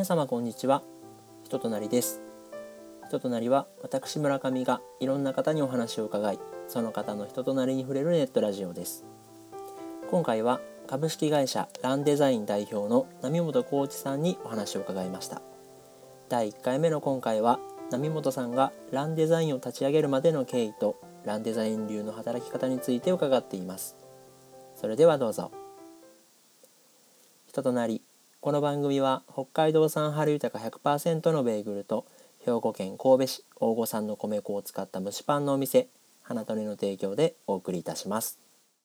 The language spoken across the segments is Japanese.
皆様こんにちは。人となりです。人となりは私村上がいろんな方にお話を伺い、その方の人となりに触れるネットラジオです。今回は株式会社ランデザイン代表の波本浩一さんにお話を伺いました。第1回目の今回は波本さんがランデザインを立ち上げるまでの経緯とランデザイン流の働き方について伺っています。それではどうぞ。人となり、この番組は北海道産春豊 100% のベーグルと兵庫県神戸市大御産の米粉を使った蒸しパンのお店花とねの提供でお送りいたします。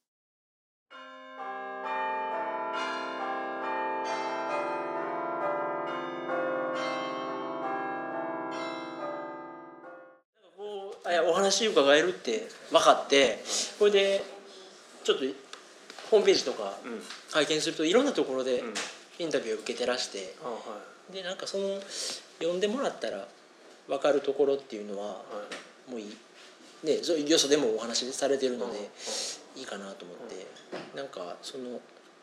お話伺えるって分かって、これでちょっとホームページとか拝見するといろんなところでインタビューを受けてらして、でなんかその読んでもらったら分かるところっていうのはもういい、ね、よそでもお話しされてるのでいいかなと思って、なんかその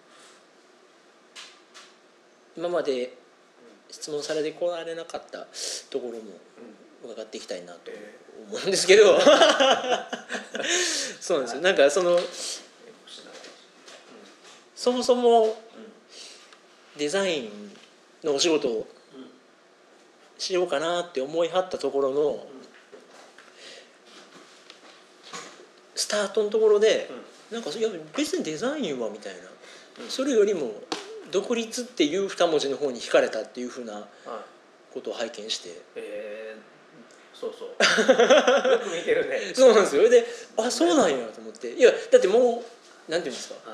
今まで質問されてこられなかったところも伺っていきたいなと思うんですけどそうなんですよ。なんかそもそもデザインのお仕事をしようかなって思いはったところのスタートのところでなんかいや別にデザインはみたいな、それよりも独立っていう2文字の方に惹かれたっていうふうなことを拝見して、 そうそうよく見てるねそうなんですよ。でそうなんやと思って、いやだってもうなんていうんですか、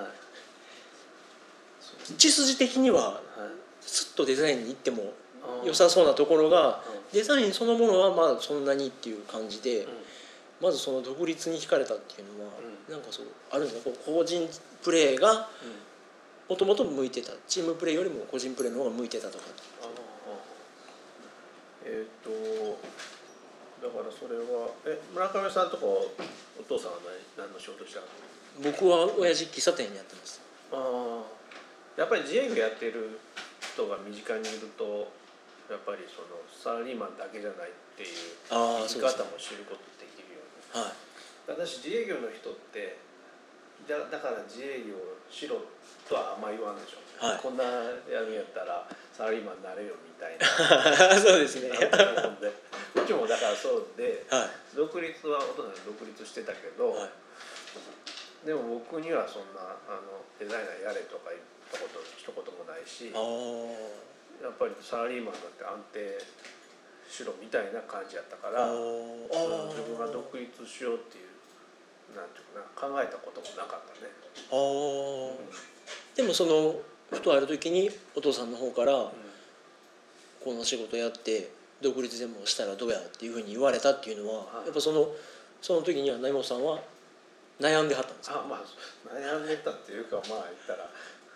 血筋的にはスッとデザインに行っても良さそうなところが、デザインそのものはまあそんなにっていう感じで、まずその独立に惹かれたっていうのはなんかそうあるんですか。個人プレーがもともと向いてた、チームプレーよりも個人プレーの方が向いてたとか。 だからそれは村上さんとかお父さんは何の仕事したの？ 僕は親父喫茶店にやってます。 やっぱり自営業やってる人が身近にいるとやっぱりそのサラリーマンだけじゃないっていう生き方も知ることできるよね。私自営業の人ってだから自営業しろとはあんま言わんでしょ、こんなやるんやったらサラリーマンになれよみたいなそうですねうちもだからそうで、独立はお父さん独立してたけど、でも僕にはそんなデザイナーやれとか言ったこと一言もないし、やっぱりサラリーマンだって安定しろみたいな感じやったから、自分が独立しようっていうなんていうかな、考えたこともなかったね。 でもそのふとある時にお父さんの方から、この仕事やって独立でもしたらどうやっていうふうに言われたっていうのは、やっぱその時には波本さんは悩んではったんですか？ 悩んでたっていうか言ったら、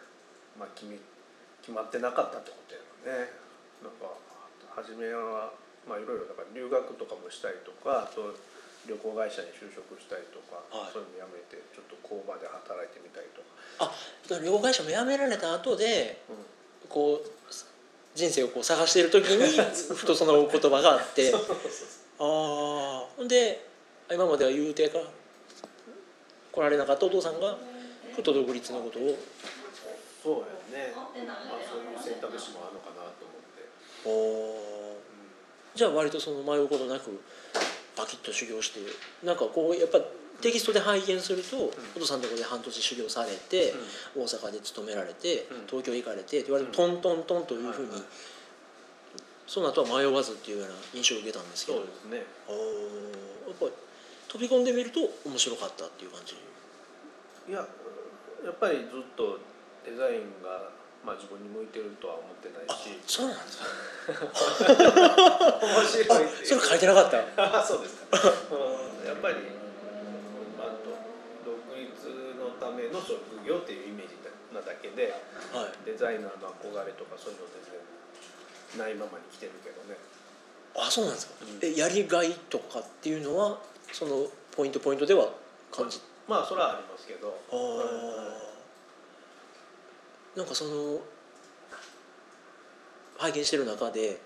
決まってなかったってことやね。なんか初めはいろいろだから留学とかもしたりとか、旅行会社に就職したりとか、そういうのやめてちょっと工場で働いてみたりとか。 旅行会社も辞められた後で、こう人生をこう探している時にふとその言葉があってほんで今までは言うてから来られなかったお父さんがふと独立のことを。 そうやね、そういう選択肢もあるのかなと思って。 じゃあ割とその迷うことなくバキッと修行して、なんかこうやっぱテキストで拝見すると、お父さんのところで半年修行されて、大阪で勤められて、東京行かれてって言われるとトントントンというふうに、その後は迷わずっていうような印象を受けたんですけど。 そうですね。 やっぱり飛び込んでみると面白かったっていう感じ。 いや、やっぱりずっとデザインが自分に向いてるとは思ってないし。 そうなんですか。 面白いっていう。 それ書いてなかった。 そうですか。やっぱり独立のための職業っていうイメージなだけで、デザイナーの憧れとかそういうの全然ないままに来てるけどね。 そうなんですか。やりがいとかっていうのはそのポイントでは感じ。 それはありますけど。 なんかその拝見してる中で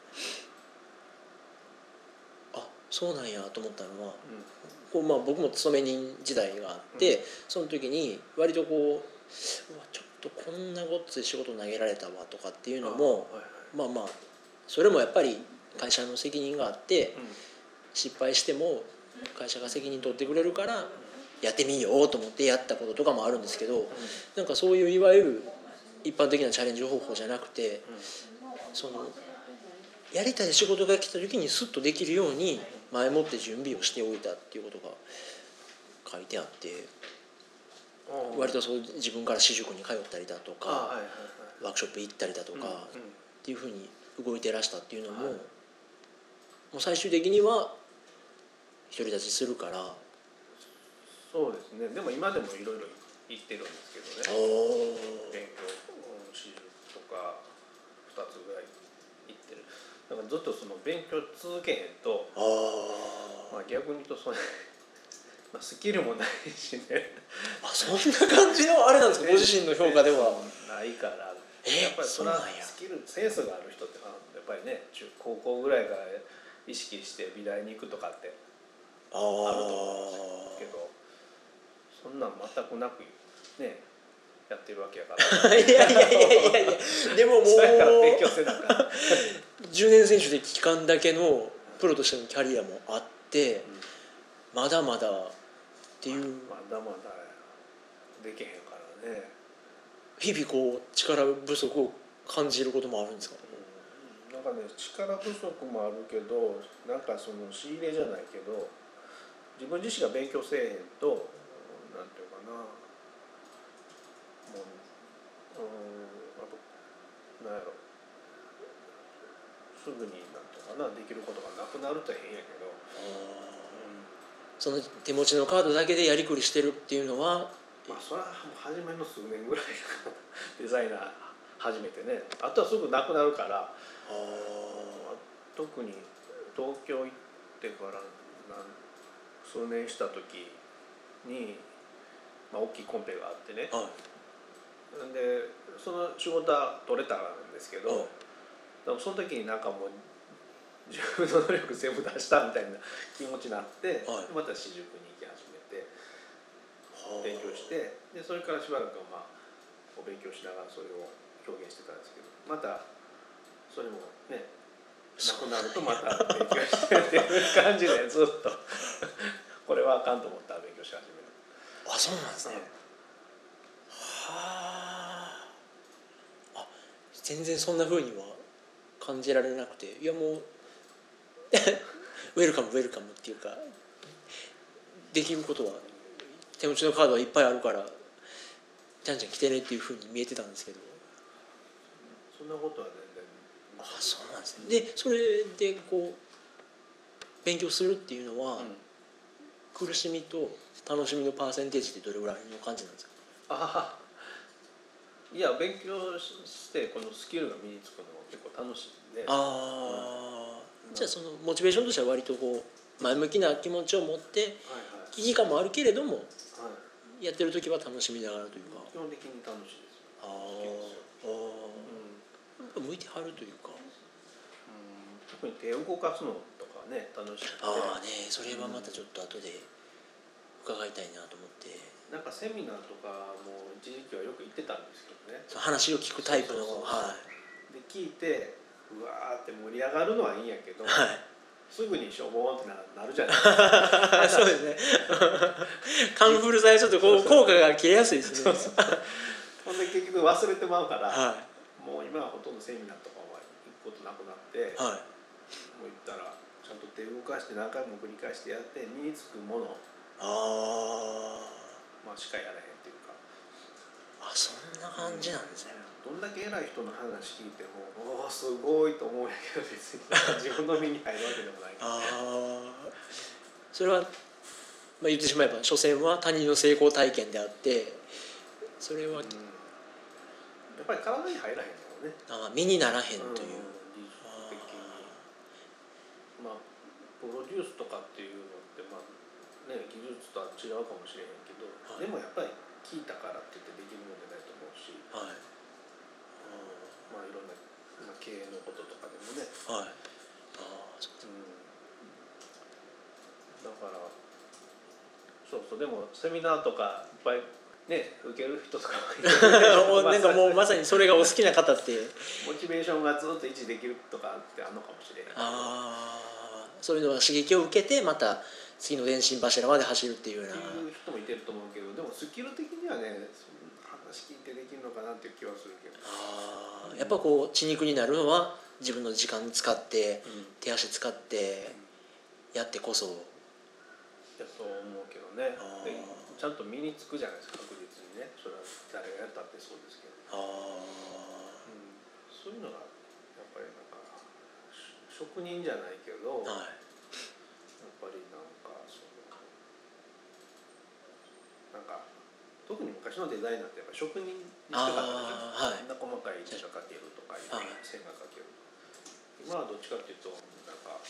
そうなんやと思ったのは、こう僕も勤め人時代があって、その時に割とこうちょっとこんなごっつい仕事投げられたわとかっていうのもそれもやっぱり会社の責任があって、失敗しても会社が責任取ってくれるからやってみようと思ってやったこととかもあるんですけど、なんかそういういわゆる一般的なチャレンジ方法じゃなくて、そのやりたい仕事が来た時にスッとできるように前もって準備をしておいたっていうことが書いてあって、割とそう自分から私塾に通ったりだとか、ワークショップ行ったりだとかっていうふうに動いてらしたっていうのも、もう最終的には独り立ちするから。 そうですね。でも今でもいろいろ言ってるんですけどね、勉強私塾とか2つぐらい行ってる。だからずっとその勉強続けへんと、逆に言うとそれスキルもないしね。 そんな感じのあれなんですか、ご自身の評価では。 ないから、やっぱりそれはスキルセンスがある人ってやっぱりね、高校ぐらいから意識して美大に行くとかってあると思うんですけど、そんなん全くなくねやってるわけやからいやでももうそれから勉強せなかった 10年選手で期間だけのプロとしてのキャリアもあって、まだまだっていう、 まだまだできへんからね。 日々こう力不足を感じることもあるんですか？ なんかね、力不足もあるけど、なんかその仕入れじゃないけど、自分自身が勉強せえへんと、なんていうかな、もうなんやろ、すぐになんていうかな、できることがなくなると変やけど、 その手持ちのカードだけでやりくりしてるっていうのは、 それはもう初めの数年ぐらいかなデザイナー始めてね。あとはすぐなくなるから、特に東京行ってから数年した時に、大きいコンペがあってね、でその仕事は取れたんですけど、でもその時になんかもう自分の能力全部出したみたいな気持ちになって、また私塾に行き始めて勉強して、でそれからしばらくお勉強しながらそれを表現してたんですけど、またそれもねなくなるとまた勉強してっていう感じでずっとこれはあかんと思ったら勉強し始める。 そうなんですね。全然そんな風には感じられなくて、いやもうウェルカムっていうか、できることは手持ちのカードはいっぱいあるからじゃんじゃん来てねっていう風に見えてたんですけど、 そんなことは全然。 そうなんですね。でそれでこう勉強するっていうのは、苦しみと楽しみのパーセンテージってどれぐらいの感じなんですか？ いや、勉強してこのスキルが身につくのが結構楽しいんで。 じゃあそのモチベーションとしては割とこう前向きな気持ちを持って、危機感もあるけれども、やってる時は楽しみながらというか。 基本的に楽しいです。 向いてはるというか。 特に手を動かすのとかね、楽しくて。 それはまたちょっと後で伺いたいなと思って。 なんかセミナーとかも一時期はよく行ってたんですけどね。 話を聞くタイプの。 で聞いてうわーって盛り上がるのはいいんやけど、すぐにしょぼーんってなるじゃないですか。 そうですね。カンフル剤ちょっとこう効果が切れやすいですね。 ほんで結局忘れてまうから、もう今はほとんどセミナーとかは行くことなくなって、もう言ったらちゃんと手を動かして何回も繰り返してやって身につくものしかやらへんっていうか。 そんな感じなんですね。 どんだけ偉い人の話聞いてもすごいと思うんやけど、別に自分の身に入るわけでもないから。 それは、言ってしまえば所詮は他人の成功体験であって、それは、やっぱり体に入らへんのね。 身にならへんという。 技術的にプロデュースとかっていうのって技術とは違うかもしれへんけど、でもやっぱり聞いたからって言ってできるもんじゃないと思うし、いろんな経営のこととかでもね、 はい、 だからそうでもセミナーとかいっぱいね受ける人とかなんかもうまさにそれがお好きな方ってモチベーションがずっと維持できるとかってあるのかもしれない。 そういうのが刺激を受けてまた次の電信柱まで走るっていうような。 っていう人もいてると思うけど、でもスキル的にはね話聞いてできるのかなっていう気はするけど。 やっぱこう血肉になるのは自分の時間使って、手足使ってやってこそ。 いやそう思うけどね。でちゃんと身につくじゃないですか、確実にね。それは誰がやったってそうですけど。そういうのがやっぱりなんか職人じゃないけど、やっぱりなんか特に昔のデザイナーってやっぱ職人にしてたからね、こんな細かい字が書けるとか線が書ける。今はどっちかっていうとなんか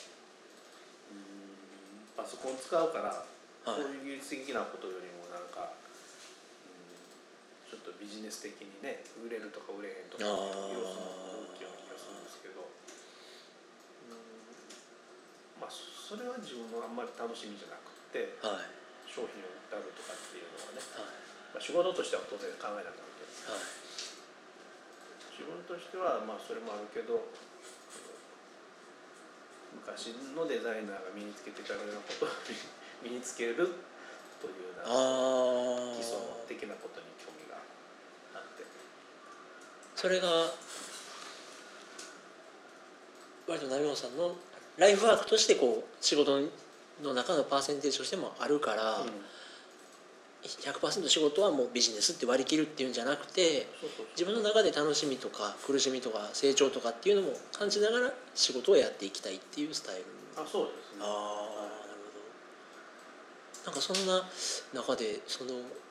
パソコン使うからそういう技術的なことよりもなんかちょっとビジネス的にね売れるとか売れへんとか要素も大きいような気がするんですけど、まあそれは自分のあんまり楽しみじゃなくて、商品を売ったるとかっていうのはね、まあ仕事としては当然考えなきゃいけない。自分としてはまあそれもあるけど、昔のデザイナーが身につけてたようなことを身につけるというような基礎的なことに興味があって、 それが割と成本さんのライフワークとしてこう仕事の中のパーセンテージとしてもあるから、100% 仕事はもうビジネスって割り切るっていうんじゃなくて、自分の中で楽しみとか苦しみとか成長とかっていうのも感じながら仕事をやっていきたいっていうスタイル。 そうですね。 なるほど。なんかそんな中です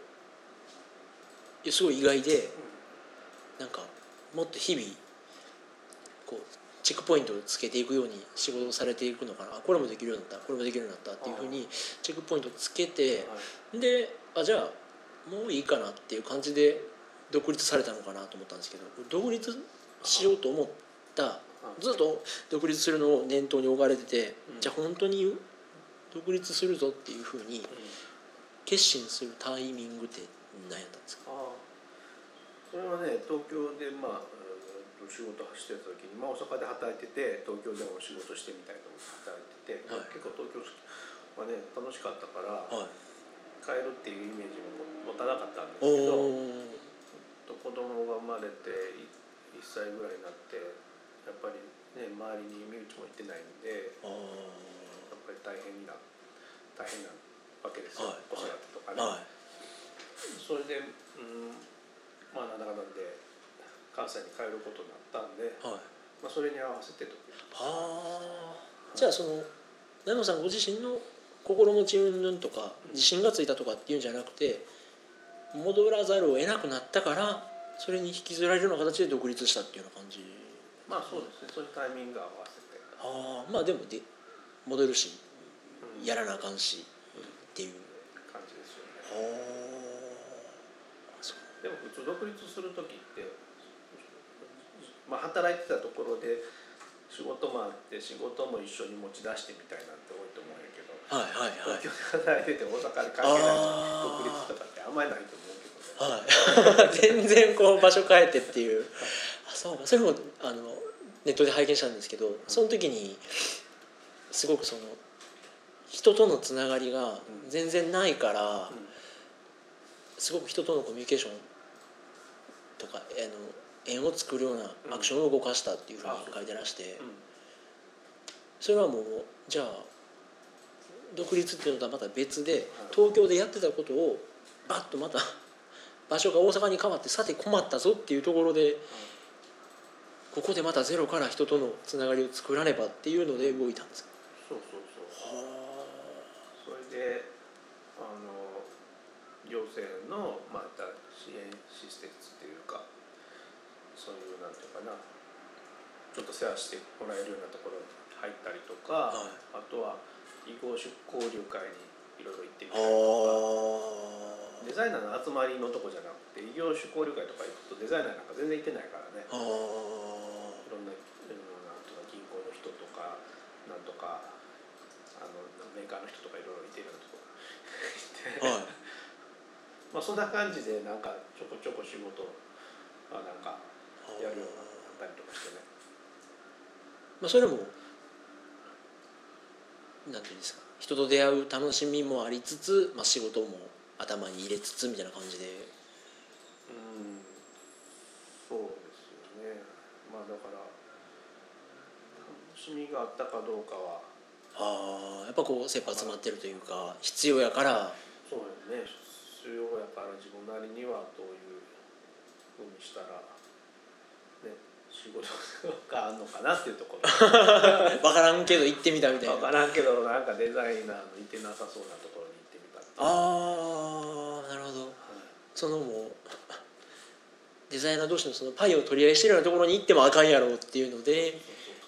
ごい意外で、なんかもっと日々こうチェックポイントをつけていくように仕事をされていくのかな、これもできるようになった、これもできるようになったっていうふうにチェックポイントをつけて、でじゃあもういいかなっていう感じで独立されたのかなと思ったんですけど、独立しようと思ったずっと独立するのを念頭に置かれてて、じゃあ本当に独立するぞっていうふうに決心するタイミングって何やったんですか？ それはね、東京で仕事をしてた時に、大阪で働いてて東京でも仕事してみたいと思って働いてて、結構東京はね楽しかったから、帰るっていうイメージも持たなかったんですけど、子供が生まれて1歳ぐらいになってやっぱりね周りに身内も行ってないんで、やっぱり大変なわけですよ、子育てとかね。それでなんだかなんで関西に帰ることになったんで、それに合わせてと。 じゃあ成本さんご自身の心持ち云々とか自信がついたとかっていうんじゃなくて、戻らざるを得なくなったからそれに引きずられるような形で独立したっていうような感じ。 そうですね、そういうタイミング合わせて。 でも戻るし、やらなあかんしっていう感じですよね。でも普通独立する時って、働いてたところで仕事もあって仕事も一緒に持ち出してみたいなんて多いと思うんやけど、東京で働いてて大阪で関係ない独立とかってあんまりないと思うけどね。 全然こう場所変えてっていうそうか。それもネットで拝見したんですけど、その時にすごく人とのつながりが全然ないから、すごく人とのコミュニケーションとか縁を作るようなアクションを動かしたっていうふうに書いてらして、それはもうじゃあ独立っていうのとはまた別で、東京でやってたことをバッとまた場所が大阪に変わって、さて困ったぞっていうところで、ここでまたゼロから人とのつながりを作らねばっていうので動いたんですか？ それで行政の支援施設っていうか、そういうなんていうかな、ちょっと世話してもらえるようなところに入ったりとか、あとは異業種交流会にいろいろ行ってみたりとか、デザイナーの集まりのとこじゃなくて異業種交流会とか行くとデザイナーなんか全然行ってないからね、いろんなかメーカーの人とかいろいろいてるようなところに行って、まあそんな感じでなんかちょこちょこ仕事はなんかやるようになったりとかしてね。 まあそれもなんていうんですか、人と出会う楽しみもありつつ、まあ、仕事も頭に入れつつみたいな感じで。 そうですよね。まあだから楽しみがあったかどうかはやっぱこう切羽詰まってるというか必要やから。 そうよね、必要やから自分なりにはどういうふうにしたらね仕事があるのかなっていうところ分からんけど行ってみたみたいな。 分からんけどなんかデザイナーのいてなさそうなところに行ってみたっていう。 なるほど、そのもうデザイナー同士のそのパイを取り合いしてるようなところに行ってもあかんやろうっていうので。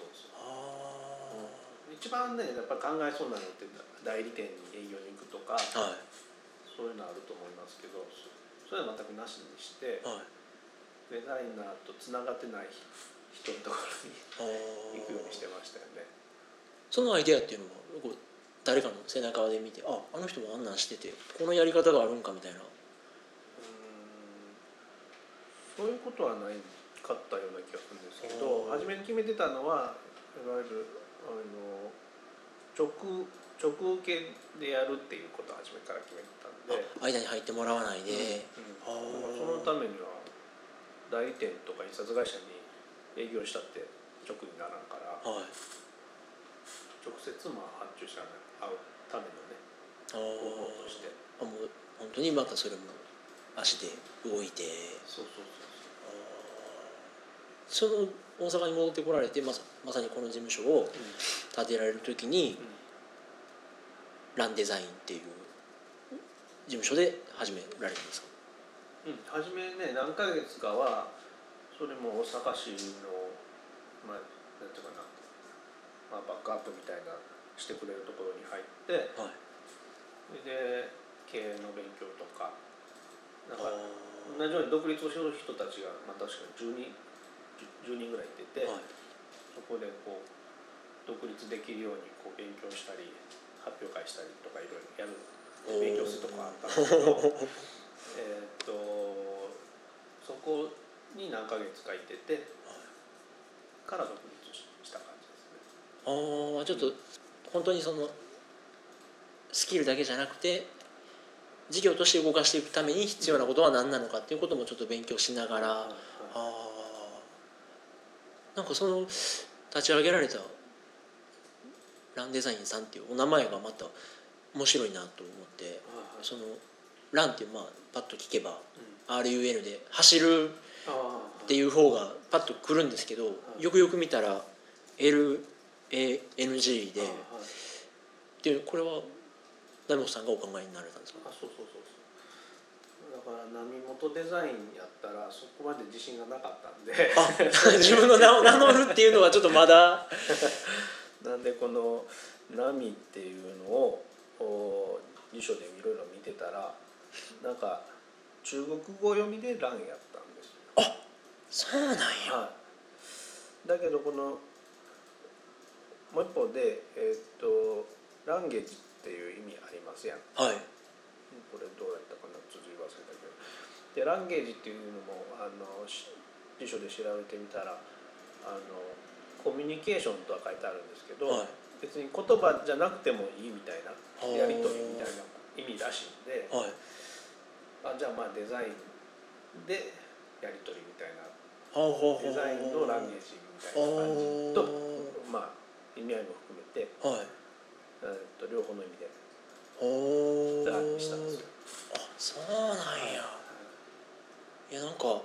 一番ねやっぱり考えそうなのって代理店に営業に行くとか、そういうのあると思いますけど、それは全くなしにして、デザイナーとつながってない人のところに行くようにしてましたよね。 そのアイデアっていうのは誰かの背中で見て、あの人もあんなんしててこのやり方があるんかみたいな。 そういうことはないかったような気がするんですけど、初めに決めてたのはいわゆる直受けでやるっていうことを初めから決めてたんで、 間に入ってもらわないで、 そのためには代理店とか印刷会社に営業したって直にならんから、直接発注者に会うためのね方法として、 もう本当にまたそれも足で動いて、その大阪に戻ってこられてまさにこの事務所を建てられる時に、ランデザインっていう事務所で始められるんですか？ 初めね何ヶ月かはそれも大阪市のなんていうかな、バックアップみたいなしてくれるところに入って、で経営の勉強とかなんか同じように独立をする人たちが、確かに10人ぐらいいてて、そこでこう独立できるようにこう勉強したり発表会したりとかいろいろやる勉強するとこあったんですけどそこに何ヶ月かいててから独立した感じですね。 ちょっと本当にそのスキルだけじゃなくて事業として動かしていくために必要なことは何なのかっていうこともちょっと勉強しながら、なんかその立ち上げられたランデザインさんっていうお名前がまた面白いなと思って、そのランっていうパッと聞けば、RUN で走るっていう方がパッとくるんですけど、よくよく見たら LANG で、っていうこれは成本さんがお考えになられたんですか？ そうだから波本デザインやったらそこまで自信がなかったんで自分の名を名乗るっていうのはちょっとまだなんでこの波っていうのを辞書でいろいろ見てたらなんか中国語読みでランやったんですよ。 そうなんや。 だけどこのもう一方でランゲージっていう意味ありますやん。これどうやったかな、続き忘れたけど。でランゲージっていうのも辞書で調べてみたらコミュニケーションとは書いてあるんですけど、別に言葉じゃなくてもいいみたいなやり取りみたいな意味らしいんで、じゃあデザインでやり取りみたいな、デザインのランゲージみたいな感じと意味合いも含めて、両方の意味でランにしたんですよ。 そうなんや。いやなんか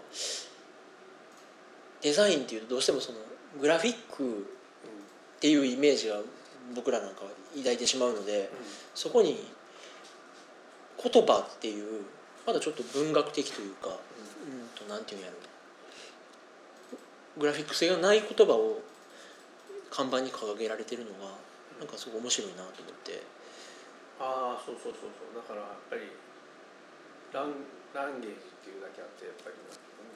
デザインっていうとどうしてもそのグラフィックっていうイメージが僕らなんかは抱いてしまうので、そこに言葉っていうまだちょっと文学的というか、なんていうんやろう、グラフィック性がない言葉を看板に掲げられてるのがなんかすごい面白いなと思って。 そうだからやっぱりランゲージっていうだけあってやっぱり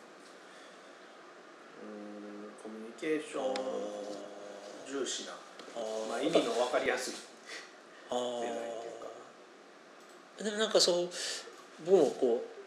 コミュニケーション重視なまあ、意味の分かりやすいデザインっていうか。 でもなんかそう僕もこう、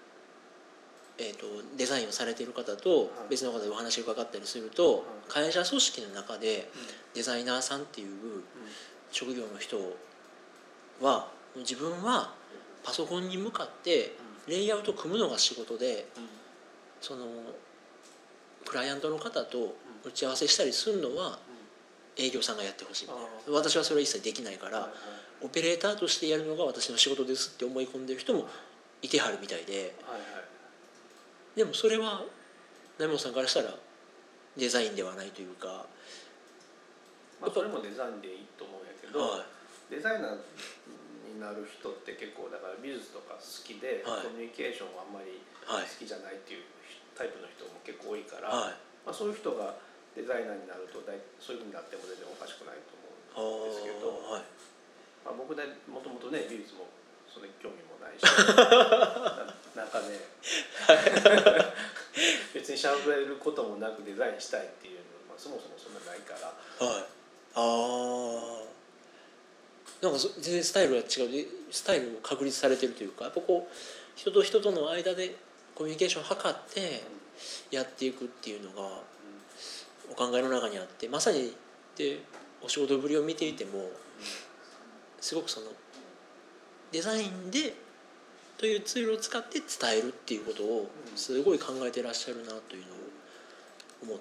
デザインをされている方と別の方でお話を伺ったりすると、会社組織の中でデザイナーさんっていう職業の人は自分はパソコンに向かってレイアウトを組むのが仕事で、そのクライアントの方と打ち合わせしたりするのは営業さんがやってほしいみたいな、私はそれは一切できないから、オペレーターとしてやるのが私の仕事ですって思い込んでる人もいてはるみたいで、でもそれは成本さんからしたらデザインではないというか、 まあ、それもデザインでいいと思うんやけど、デザイナーになる人って結構だから美術とか好きで、コミュニケーションはあんまり好きじゃないっていうタイプの人も結構多いから、まあ、そういう人がデザイナーになるとそういうふうになっても全然おかしくないと思うんですけど、まあ、僕でもともとね美術もそんなに興味もないしなんかね別にしゃべることもなくデザインしたいっていうのは、まあ、そもそもそんなないから。 なんか全然スタイルが違う、スタイルを確立されてるというか、やっぱこう人と人との間でコミュニケーションを図ってやっていくっていうのがお考えの中にあって、まさにでお仕事ぶりを見ていてもすごくそのデザインでというツールを使って伝えるっていうことをすごい考えてらっしゃるなというのを思って、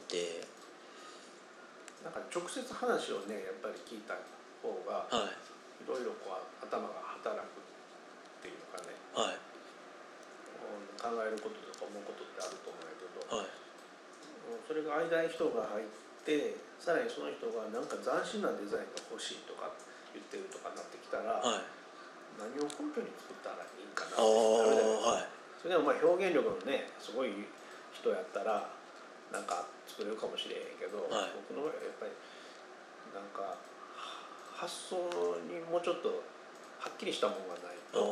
なんか直接話をねやっぱり聞いた方がいろいろこう頭が働くっていうのかね、考えることとか思うことってあると思うんだけど、それが間に人が入ってさらにその人がなんか斬新なデザインが欲しいとか言ってるとかになってきたら、何を根拠に作ったらいいかなってなるじゃないですか。それでもまあ表現力のねすごい人やったらなんか作れるかもしれへんけど、僕の場合はやっぱりなんか発想にもうちょっとはっきりしたものがないと、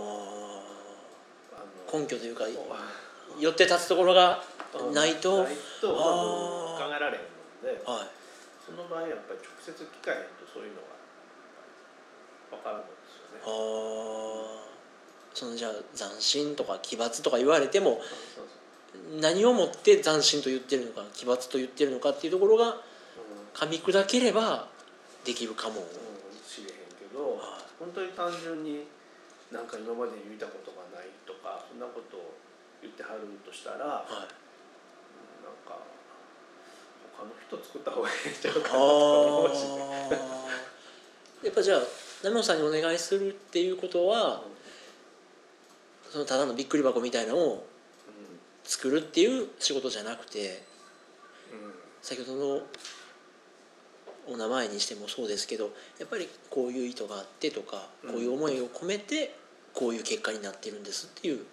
根拠というか寄って立つところがないと考えられへんので、その場合やっぱり直接聞かへんとそういうのが分からないんですよね。 そのじゃあ斬新とか奇抜とか言われても何をもって斬新と言ってるのか奇抜と言ってるのかっていうところが噛み砕ければできるかもしれへんけど、本当に単純になんか今までに見たことがないとかそんなことを言ってはるとしたら、なんか他の人作った方がいいんちゃうかなとか思うしやっぱじゃあ成本さんにお願いするっていうことは、そのただのびっくり箱みたいなのを作るっていう仕事じゃなくて、先ほどのお名前にしてもそうですけど、やっぱりこういう意図があってとか、こういう思いを込めてこういう結果になってるんですっていう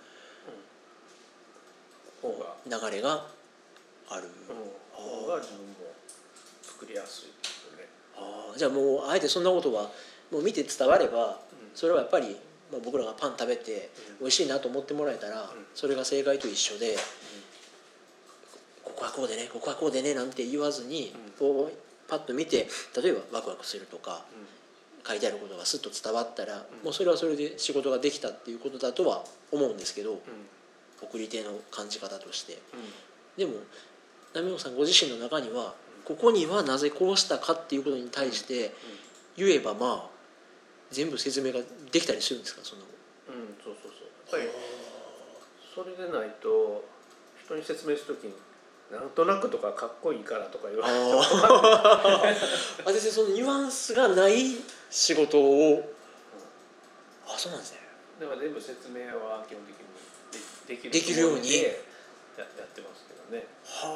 流れがある方が自分も作りやすいですね。 じゃあもうあえてそんなことはもう見て伝われば、それはやっぱり僕らがパン食べて美味しいなと思ってもらえたら、それが正解と一緒で、ここはこうでねここはこうでねなんて言わずに、こうパッと見て例えばワクワクするとか、書いてあることがスッと伝わったら、もうそれはそれで仕事ができたっていうことだとは思うんですけど、送り手の感じ方として、でも成本さんご自身の中にはここにはなぜこうしたかっていうことに対して言えばまあ全部説明ができたりするんですか？そのそうやっぱりそれでないと人に説明するときになんとなくとかかっこいいからとか言われても全然そのニュアンスがない仕事を、そうなんですね。 だから全部説明は基本的にできるようにやってますけどね。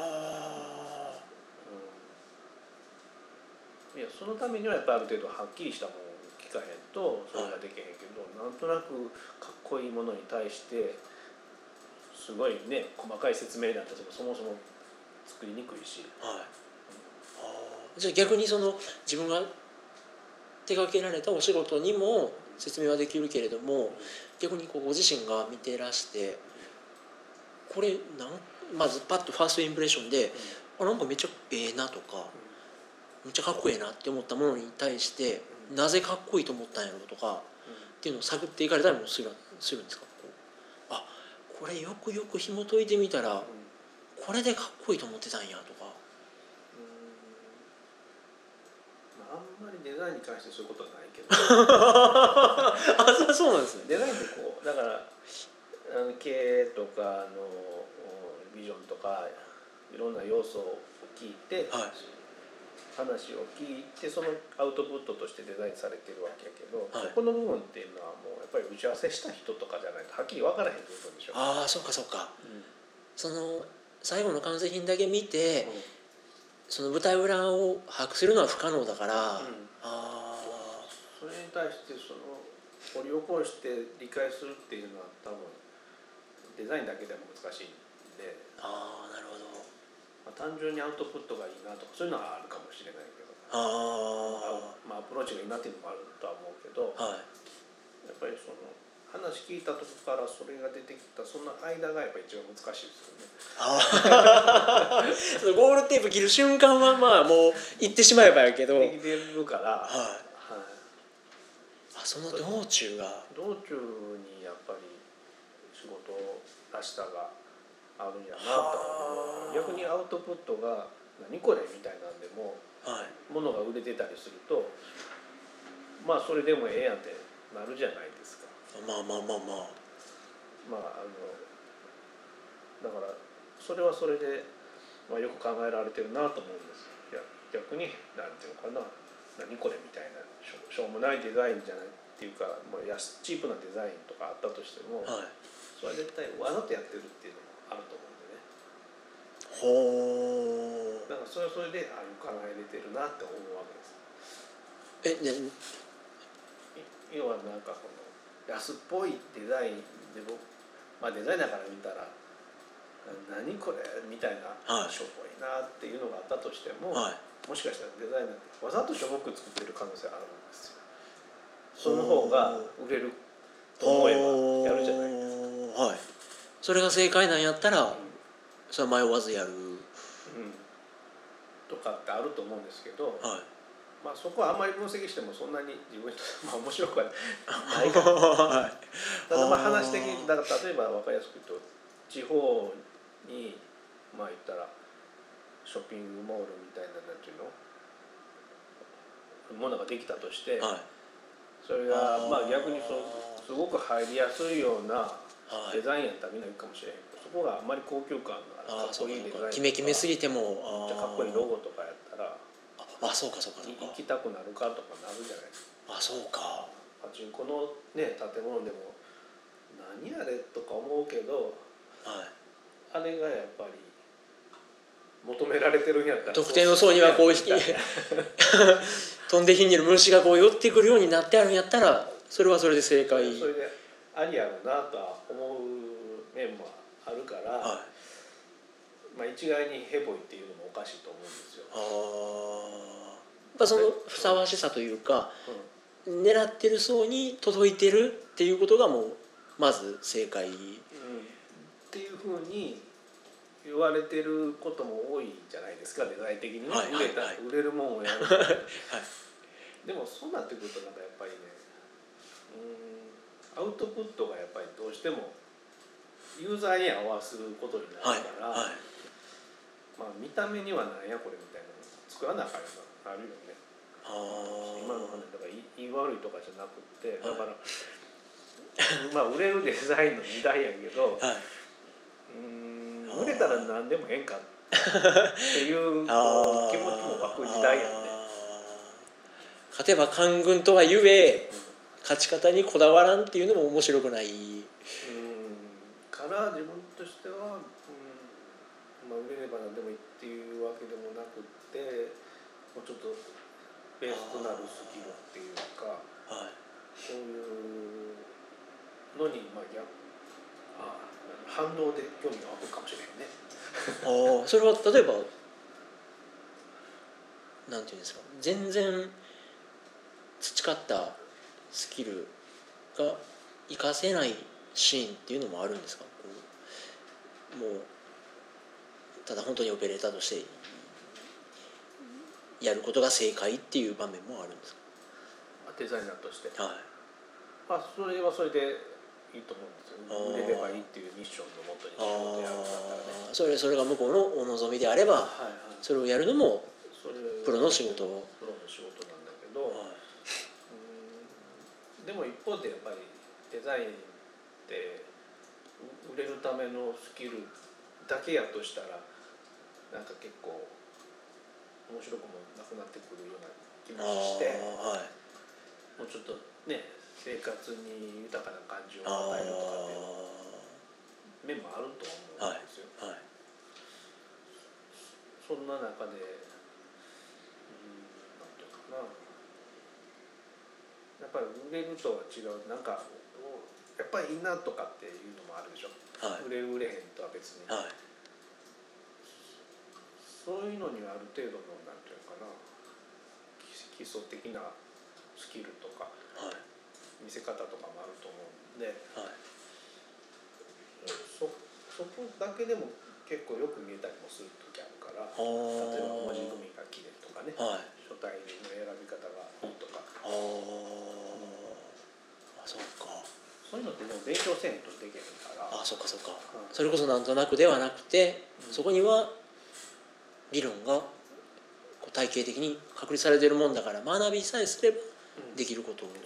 いやそのためにはやっぱりある程度はっきりしたものを聞かへんとそれができへんけど、なんとなくかっこいいものに対してすごいね細かい説明なんてそもそも作りにくいし、 じゃあ逆にその自分が手掛けられたお仕事にも説明はできるけれども、逆にこうご自身が見てらしてこれまずパッとファーストインプレッションで、なんかめっちゃええなとか、 むっちゃかっこいいなって思ったものに対して、なぜかっこいいと思ったんやろうとか、っていうのを探っていかれたりもするんですか？あ、これよくよく紐解いてみたら、これでかっこいいと思ってたんやとか。 あんまりデザインに関してそういうことはないけどあ、そうなんですね。 デザインってこうだから経営とかビジョンとかいろんな要素を聞いて、 はい、 話を聞いてそのアウトプットとしてデザインされてるわけやけど、 はい、 そこの部分っていうのはもうやっぱり打ち合わせした人とかじゃないとはっきり分からへんってことでしょ。 ああ、そうかそうか、その最後の完成品だけ見て、その舞台裏を把握するのは不可能だから、 それに対してその掘り起こして理解するっていうのは多分デザインだけでも難しいんで、 なるほど、 単純にアウトプットがいいなとかそういうのはあるかもしれないけど、アプローチがいいなっていうのもあるとは思うけど、やっぱりその話聞いたとこからそれが出てきたその間がやっぱり一番難しいですよね。 そのゴールテープ切る瞬間はまあもう言ってしまえばやけど、 できてるから、 その道中にやっぱり仕事らしさがあるんやなと。逆にアウトプットが何これみたいなんでも、物が売れてたりするとまあそれでもええやんってなるじゃないですか。だからそれはそれで、よく考えられてるなと思うんです。逆に何ていうのかな、何これみたいなしょうもないデザインじゃないっていうか、もうチープなデザインとかあったとしても、それは絶対わざとやってるっていうのもあると思うんでね。だからそれはそれで考えれてるなって思うわけです。要はなんかこの安っぽいデザインでも、デザイナーから見たら何これみたいな、しょぼいなっていうのがあったとしても、もしかしたらデザイナーってわざとしょぼく作ってる可能性あるんですよ。その方が売れると思えばやるじゃないですか。 それが正解なんやったら、それは迷わずやる、 とかってあると思うんですけど、そこはあんまり分析してもそんなに自分にとって面白くはないから、ただ話的にだから例えば分かりやすく言うと地方に言ったらショッピングモールみたいななんていうのものができたとして、それが逆にすごく入りやすいようなデザインやったらみんな行くかもしれへんけど、そこがあんまり高級感があるかっこいいデザインとか決めすぎてもじゃかっこいいロゴとかやったらそうか行きたくなるかとかなるじゃないですか。 そうか。 パチンコのね建物でも何あれとか思うけど、あれがやっぱり求められてるんやったら特定の層にはこう飛んで火にいる虫がこう寄ってくるようになってあるんやったら、それはそれで正解。 それでありやろうなとは思う面もあるから、一概にヘボいっていうのもおかしいと思うんですよ。 そのふさわしさというか、狙ってる層に届いてるっていうことがもうまず正解、 っていうふうに言われてることも多いじゃないですか、デザイン的にね。売れるもんをやるでもそうなってくるとなんかやっぱりね、アウトプットがやっぱりどうしてもユーザーに合わすことになるから、見た目にはなんやこれみたいなの作らなあかんようになるよね。今の話だから言い悪いとかじゃなくて、だから売れるデザインの時代やけど、売れたら何でもええんかっていう気持ちも湧く時代やね。 勝てば官軍とはゆえ、勝ち方にこだわらんっていうのも面白くない。 から自分としては、売れれば何でもいいっていうわけでもなくってもうちょっとベースとなるスキルっていうか、そういうのに反応で興味が湧くかもしれないね。 それは例えばなんていうんですか、全然培ったスキルが活かせないシーンっていうのもあるんですか？もうただ本当にオペレーターとしてやることが正解っていう場面もあるんですか？ デザイナーとして、 はい、 それはそれでいいと思うんですよ。売れればいいっていうミッションのもとに仕事やるんだったらね。 それが向こうのお望みであれば、それをやるのもプロの仕事なんだけど、でも一方でやっぱりデザインって売れるためのスキルだけやとしたらなんか結構面白くもなくなってくるような気もして、もうちょっとね生活に豊かな感じを与えるとかっていう面もあると思うんですよ。そんな中でなんていうかな、やっぱり売れるとは違う、なんかやっぱりいいなとかっていうのもあるでしょ、売れる売れへんとは別に、そういうのにはある程度のなんていうかな、基礎的なスキルとか、見せ方とかもあると思うんで、そこだけでも結構よく見えたりもする時あるから、例えば文字組みが綺麗とかね、書体の選び方がいいとか、 そうか、 そういうのってでも勉強せんとできへんから。 そうか、それこそなんとなくではなくて、そこには理論が体系的に確立されているもんだから、学びさえすればできることを、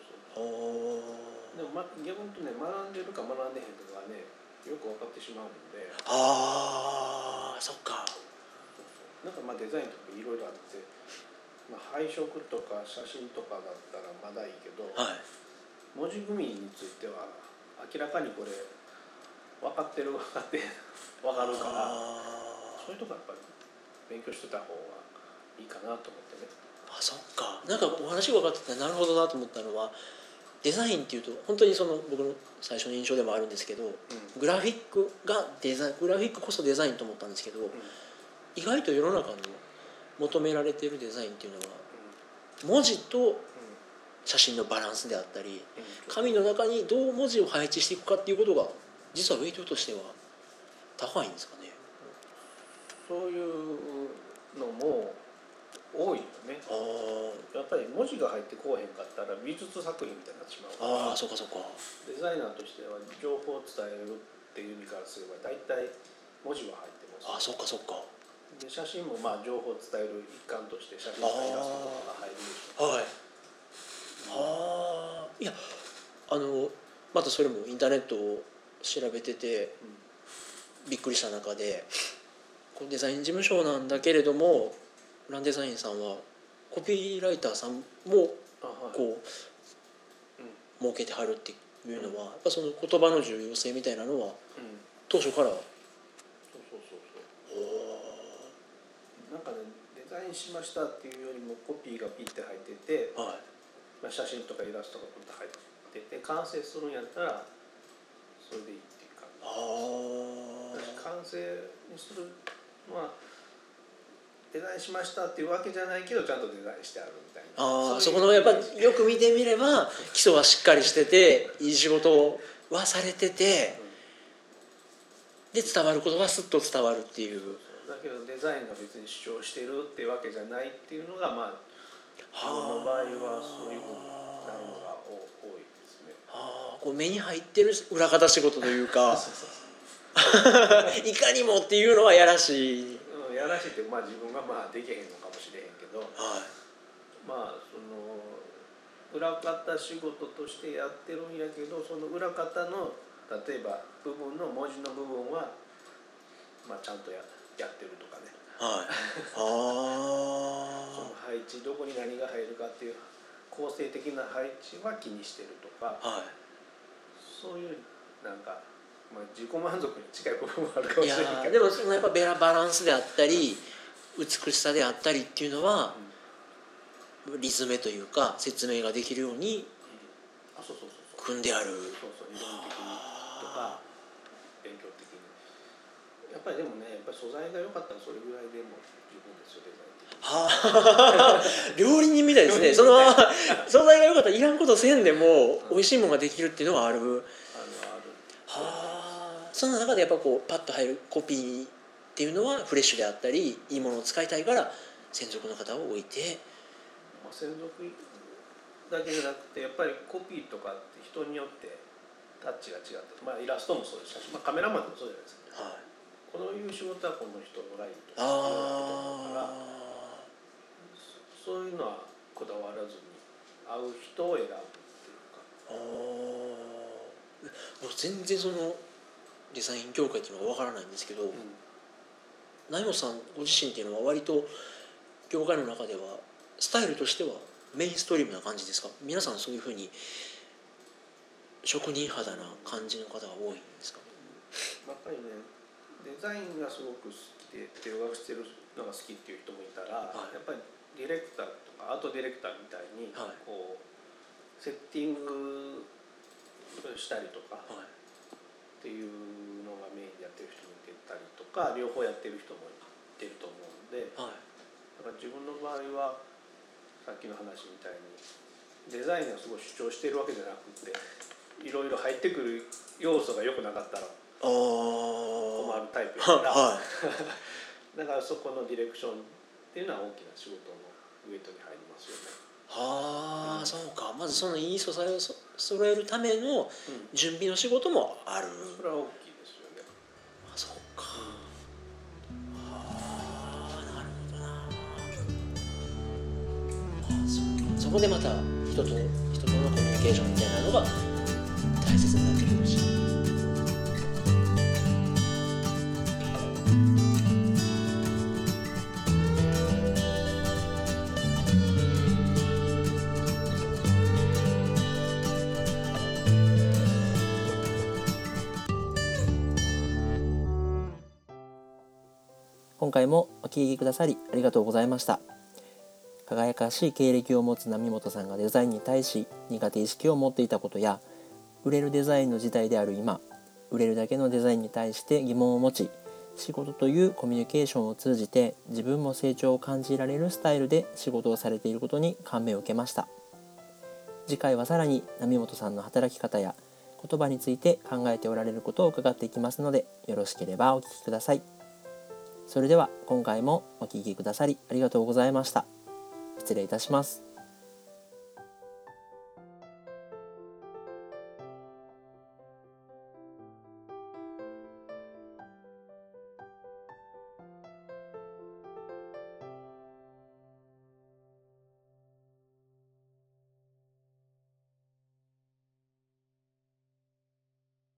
でも逆に言うとね、学んでるか学んでへんかがねよく分かってしまうんで。 そっか。 なんかデザインとかいろいろあって、配色とか写真とかだったらまだいいけど、文字組みについては明らかにこれ分かってる分かるから、そういうとこやっぱり勉強してた方がいいかなと思ってね。 そっか。なんかお話が分かっててなるほどなと思ったのは、デザインっていうと本当に僕の最初の印象でもあるんですけど、グラフィックこそデザインと思ったんですけど、意外と世の中の求められているデザインっていうのは、文字と写真のバランスであったり、紙の中にどう文字を配置していくかっていうことが実はウェイトとしては高いんですかね。 そういうのも多いよね。やっぱり文字が入ってこうへんかったら美術作品みたいになってしまうから。 そうか。 デザイナーとしては情報を伝えるっていう意味からすれば大体文字は入ってます。 そうか。 で写真も情報を伝える一環として写真とかイラストとかが入るでしょ。 いやまたそれもインターネットを調べてて、びっくりした中で、デザイン事務所なんだけれども、ランデザインさんはコピーライターさんも設けてはるっていうのは、やっぱその言葉の重要性みたいなのは当初から。 なんかね、デザインしましたっていうよりもコピーがピッて入ってて、写真とかイラストがピッて入ってて完成するんやったらそれでいいっていう感じ。完成にするのはデザインしましたっていうわけじゃないけどちゃんとデザインしてあるみたいな。 そこのやっぱよく見てみれば基礎はしっかりしてて、いい仕事はされてて、で伝わることがスッと伝わるっていう。 だけどデザインが別に主張してるっていうわけじゃないっていうのが自分の場合はそういうふうになるのが多いですね。 目に入ってる裏方仕事というかいかにもっていうのはやらしい。 やらしいって自分ができへんのかもしれへんけど、その裏方仕事としてやってるんやけど、その裏方の例えば部分の文字の部分はちゃんとやってるとかね。その配置どこに何が入るかっていう構成的な配置は気にしてるとか、そういうなんか自己満足に近い部分もあるかもしれないけど、 でもそのやっぱバランスであったり美しさであったりっていうのは、理詰めというか説明ができるように組んである。 理論的にとか勉強的にやっぱりでもね、やっぱり素材が良かったらそれぐらいでも十分ですよ、デザイン的に。 料理人みたいですね。その素材が良かったらいらんことせんでも美味しいものができるっていうのはある。その中でやっぱパッと入るコピーっていうのはフレッシュであったりいいものを使いたいから専属の方を置いて、 専属だけじゃなくてやっぱりコピーとかって人によってタッチが違って、イラストもそうですし、カメラマンでもそうじゃないですか、 はい、 このいう仕事はこの人のラインとかそういうのはこだわらずに合う人を選ぶっていうか。 もう全然そのデザイン業界っていうのは分からないんですけど、成本さんご自身っていうのは割と業界の中ではスタイルとしてはメインストリームな感じですか？皆さんそういうふうに職人肌な感じの方が多いんですか？ やっぱりね、デザインがすごく好きで留学してるのが好きっていう人もいたら、やっぱりディレクターとかアートディレクターみたいにこうセッティングしたりとかっていうのがメインでやってる人もいてたりとか、両方やってる人もいてると思うんで、だから自分の場合はさっきの話みたいにデザインがすごい主張してるわけじゃなくて、いろいろ入ってくる要素が良くなかったら困るタイプだから、だからそこのディレクションっていうのは大きな仕事のウエイトに入りますよね。 そうか。まずそのいい素材を揃えるための準備の仕事もある。 それは大きいですよね。 そうか。なるほどな。そこでまた人とのコミュニケーションみたいなのが大切になってくるし。 今回もお聞きくださりありがとうございました。輝かしい経歴を持つ並本さんがデザインに対し苦手意識を持っていたことや、売れるデザインの時代である今、売れるだけのデザインに対して疑問を持ち、仕事というコミュニケーションを通じて自分も成長を感じられるスタイルで仕事をされていることに感銘を受けました。次回はさらに並本さんの働き方や言葉について考えておられることを伺っていきますので、よろしければお聞きください。それでは今回もお聞きくださりありがとうございました。失礼いたします。